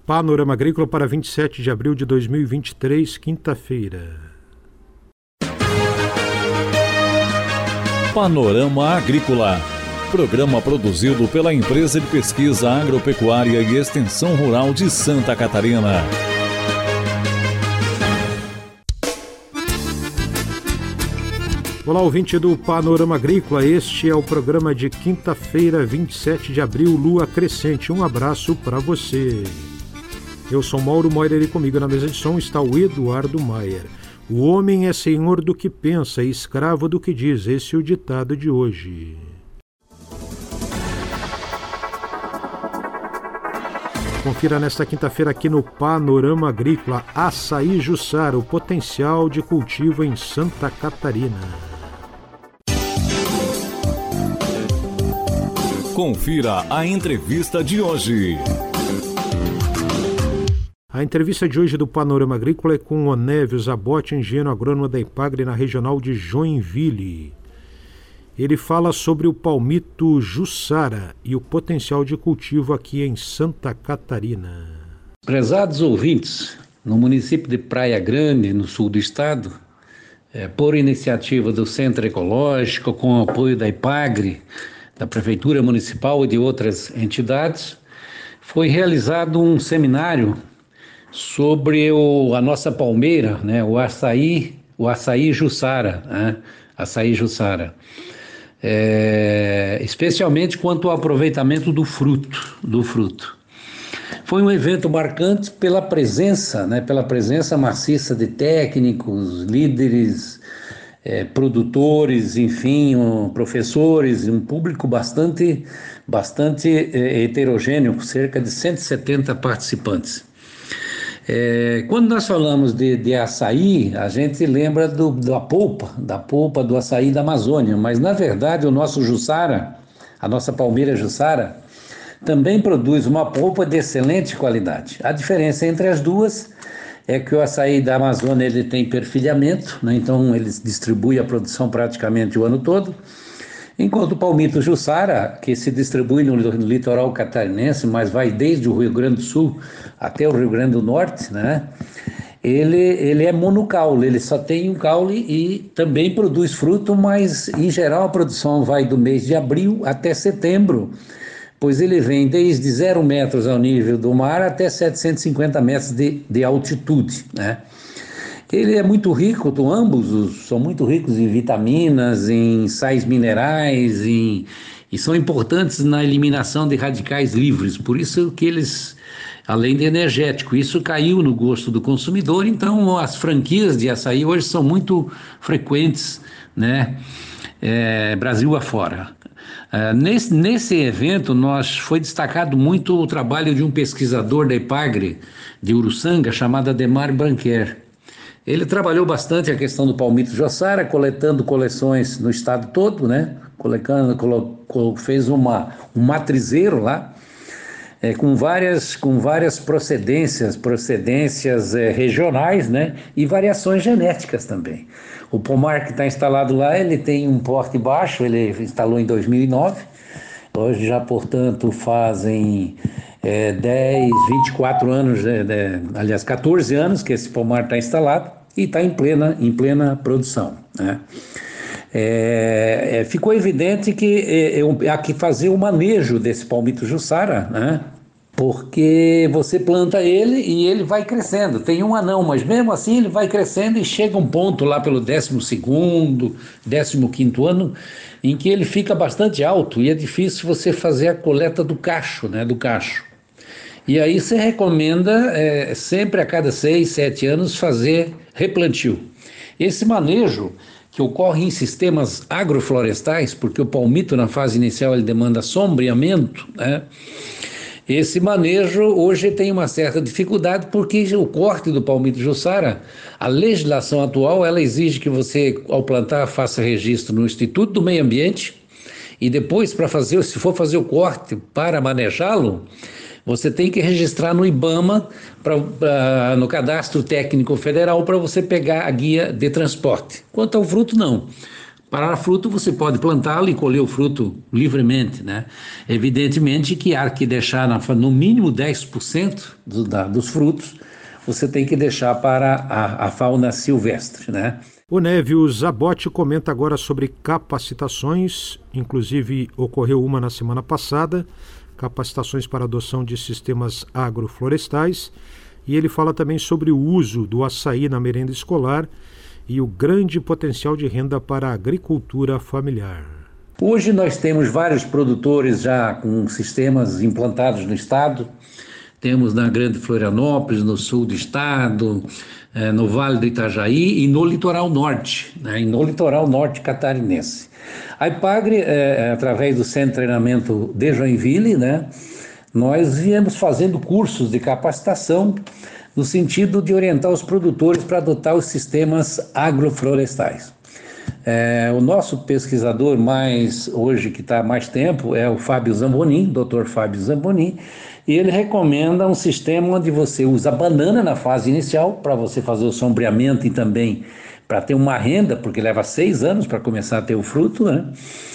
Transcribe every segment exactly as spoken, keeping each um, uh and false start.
Panorama Agrícola para vinte e sete de abril de dois mil e vinte e três, quinta-feira. Panorama Agrícola. Programa produzido pela Empresa de Pesquisa Agropecuária e Extensão Rural de Santa Catarina. Olá, ouvinte do Panorama Agrícola, este é o programa de quinta-feira, vinte e sete de abril, lua crescente. Um abraço para você. Eu sou Mauro Moirer e comigo na mesa de som está o Eduardo Maier. O homem é senhor do que pensa e escravo do que diz, esse é o ditado de hoje. Confira nesta quinta-feira aqui no Panorama Agrícola, açaí Jussara, o potencial de cultivo em Santa Catarina. Confira a entrevista de hoje. A entrevista de hoje do Panorama Agrícola é com Onésio Zabotti, engenheiro agrônomo da Ipagre na regional de Joinville. Ele fala sobre o palmito Jussara e o potencial de cultivo aqui em Santa Catarina. Prezados ouvintes, no município de Praia Grande, no sul do estado, é, por iniciativa do Centro Ecológico, com o apoio da Ipagre, da Prefeitura Municipal e de outras entidades, foi realizado um seminário sobre o, a nossa palmeira, né, o açaí, o açaí Jussara, né, açaí Jussara, é, especialmente quanto ao aproveitamento do fruto, do fruto. Foi um evento marcante pela presença, né, pela presença maciça de técnicos, líderes, É, produtores, enfim, um, professores, um público bastante, bastante é, heterogêneo, cerca de cento e setenta participantes. É, quando nós falamos de, de açaí, a gente lembra do, da polpa, da polpa do açaí da Amazônia, mas na verdade o nosso Jussara, a nossa palmeira Jussara, também produz uma polpa de excelente qualidade. A diferença entre as duas é que o açaí da Amazônia ele tem perfilhamento, né? Então ele distribui a produção praticamente o ano todo, enquanto o palmito Jussara, que se distribui no litoral catarinense, mas vai desde o Rio Grande do Sul até o Rio Grande do Norte, né? Ele, ele é monocaule, ele só tem um caule e também produz fruto, mas em geral a produção vai do mês de abril até setembro, pois ele vem desde zero metros ao nível do mar até setecentos e cinquenta metros de, de altitude, né? Ele é muito rico, ambos os, são muito ricos em vitaminas, em sais minerais, em, e são importantes na eliminação de radicais livres, por isso que eles, além de energético, isso caiu no gosto do consumidor, então as franquias de açaí hoje são muito frequentes, né? É, Brasil afora. Uh, nesse, nesse evento nós foi destacado muito o trabalho de um pesquisador da Ipagre de Uruçanga chamado Ademar Branquer. Ele trabalhou bastante a questão do palmito Jussara, coletando coleções no estado todo, né? Coletando, colo, colo, fez uma, um matrizeiro lá, é, com, várias, com várias procedências, procedências é, regionais, né? E variações genéticas também. O pomar que está instalado lá, ele tem um porte baixo, ele instalou em dois mil e nove, hoje já, portanto, fazem é, dez, vinte e quatro anos, é, é, aliás, quatorze anos que esse pomar está instalado e está em plena, em plena produção, né? É, é, ficou evidente que é, é, há que fazer o manejo desse palmito Jussara, né? Porque você planta ele e ele vai crescendo, tem um anão, mas mesmo assim ele vai crescendo e chega um ponto lá pelo décimo segundo, décimo quinto ano, em que ele fica bastante alto e é difícil você fazer a coleta do cacho, né, do cacho. E aí você recomenda é, sempre a cada seis, sete anos fazer replantio. Esse manejo que ocorre em sistemas agroflorestais, porque o palmito na fase inicial ele demanda sombreamento, né? Esse manejo hoje tem uma certa dificuldade porque o corte do palmito Jussara, a legislação atual, ela exige que você, ao plantar, faça registro no Instituto do Meio Ambiente e depois, para fazer, se for fazer o corte para manejá-lo, você tem que registrar no IBAMA, pra, pra, no Cadastro Técnico Federal, para você pegar a guia de transporte. Quanto ao fruto, não. Para fruto, você pode plantá-lo e colher o fruto livremente, né? Evidentemente que há que deixar na, no mínimo dez por cento do, da, dos frutos, você tem que deixar para a, a fauna silvestre, né? Onésio Zabotti comenta agora sobre capacitações, inclusive ocorreu uma na semana passada, capacitações para adoção de sistemas agroflorestais, e ele fala também sobre o uso do açaí na merenda escolar e o grande potencial de renda para a agricultura familiar. Hoje nós temos vários produtores já com sistemas implantados no estado. Temos na Grande Florianópolis, no sul do estado, eh, no Vale do Itajaí e no litoral norte, né, e no litoral norte catarinense. A Ipagre, eh, através do Centro de Treinamento de Joinville, né, nós viemos fazendo cursos de capacitação no sentido de orientar os produtores para adotar os sistemas agroflorestais. É, o nosso pesquisador mais, hoje que está há mais tempo, é o Fábio Zambonin, doutor Fábio Zambonin, e ele recomenda um sistema onde você usa banana na fase inicial para você fazer o sombreamento e também para ter uma renda, porque leva seis anos para começar a ter o fruto, né?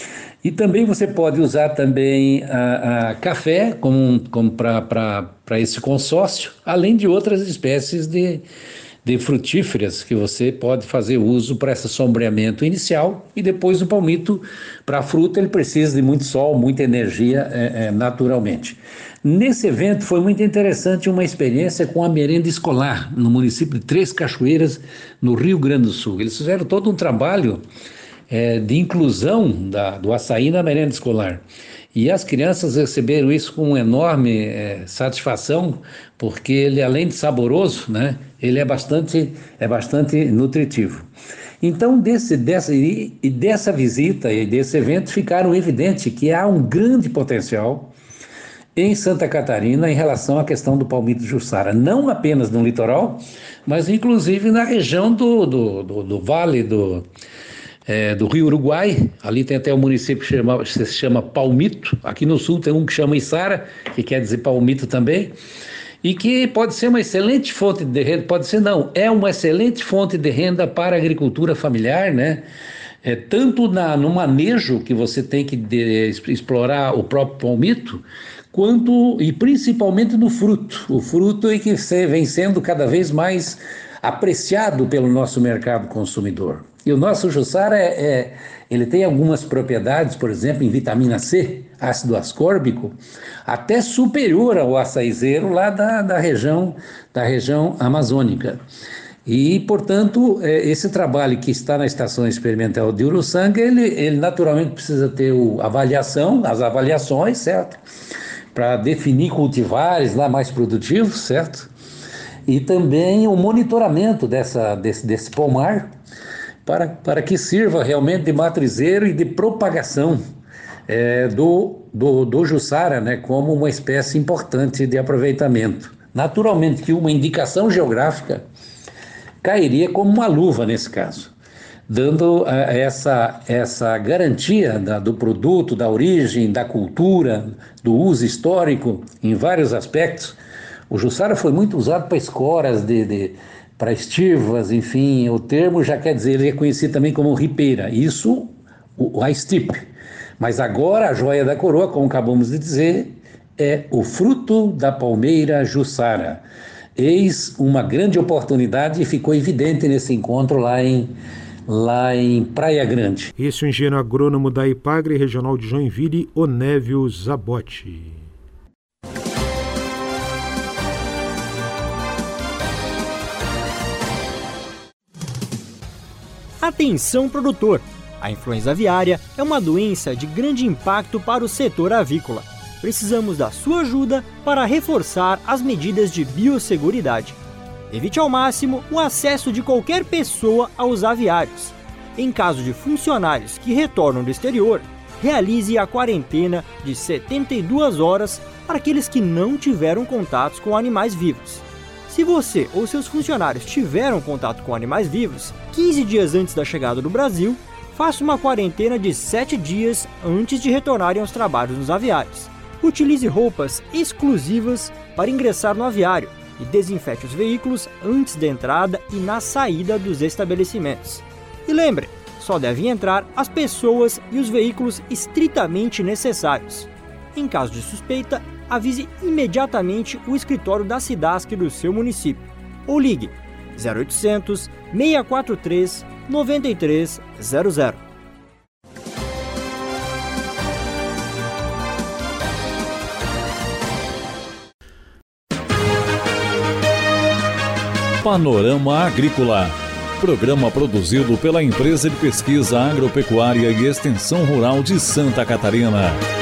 E também você pode usar também a, a café como, como para esse consórcio, além de outras espécies de, de frutíferas que você pode fazer uso para esse sombreamento inicial, e depois o palmito para a fruta ele precisa de muito sol, muita energia é, é, naturalmente. Nesse evento foi muito interessante uma experiência com a merenda escolar no município de Três Cachoeiras, no Rio Grande do Sul. Eles fizeram todo um trabalho é, de inclusão da, do açaí na merenda escolar. E as crianças receberam isso com uma enorme é, satisfação, porque ele, além de saboroso, né, ele é bastante, é bastante nutritivo. Então, desse, dessa, e, e dessa visita e desse evento ficaram evidente que há um grande potencial em Santa Catarina em relação à questão do palmito jussara, não apenas no litoral, mas inclusive na região do, do, do, do vale do, é, do Rio Uruguai. Ali tem até um município que chama, se chama Palmito, aqui no sul tem um que chama Içara, que quer dizer palmito também, e que pode ser uma excelente fonte de renda, pode ser não, é uma excelente fonte de renda para a agricultura familiar, né? É, tanto na, no manejo que você tem que de, explorar o próprio palmito, quanto e principalmente no fruto. O fruto é que vem sendo cada vez mais apreciado pelo nosso mercado consumidor. E o nosso jussara, é, é, ele tem algumas propriedades, por exemplo, em vitamina C, ácido ascórbico, até superior ao açaizeiro lá da, da, região, da região amazônica. E, portanto, esse trabalho que está na Estação Experimental de Uruçanga, ele, ele naturalmente precisa ter a avaliação, as avaliações, certo? Para definir cultivares lá mais produtivos, certo? E também o monitoramento dessa, desse, desse pomar, para, para que sirva realmente de matrizeiro e de propagação é, do, do, do jussara, né, como uma espécie importante de aproveitamento. Naturalmente que uma indicação geográfica cairia como uma luva nesse caso, dando uh, essa, essa garantia da, do produto, da origem, da cultura, do uso histórico em vários aspectos. O jussara foi muito usado para escoras, de, de, para estivas, enfim, o termo já quer dizer, ele é conhecido também como ripeira, isso o, a estipe. Mas agora a joia da coroa, como acabamos de dizer, é o fruto da palmeira jussara. Eis uma grande oportunidade e ficou evidente nesse encontro lá em, lá em Praia Grande. Esse é o engenheiro agrônomo da Ipagre Regional de Joinville, Onésio Zabotti. Atenção, produtor! A influenza aviária é uma doença de grande impacto para o setor avícola. Precisamos da sua ajuda para reforçar as medidas de biosseguridade. Evite ao máximo o acesso de qualquer pessoa aos aviários. Em caso de funcionários que retornam do exterior, realize a quarentena de setenta e duas horas para aqueles que não tiveram contatos com animais vivos. Se você ou seus funcionários tiveram contato com animais vivos, quinze dias antes da chegada do Brasil, faça uma quarentena de sete dias antes de retornarem aos trabalhos nos aviários. Utilize roupas exclusivas para ingressar no aviário e desinfete os veículos antes da entrada e na saída dos estabelecimentos. E lembre, Só devem entrar as pessoas e os veículos estritamente necessários. Em caso de suspeita, avise imediatamente o escritório da SIDASC do seu município ou ligue zero oitocentos, seis quatro três, nove três zero zero. Panorama Agrícola, programa produzido pela Empresa de Pesquisa Agropecuária e Extensão Rural de Santa Catarina.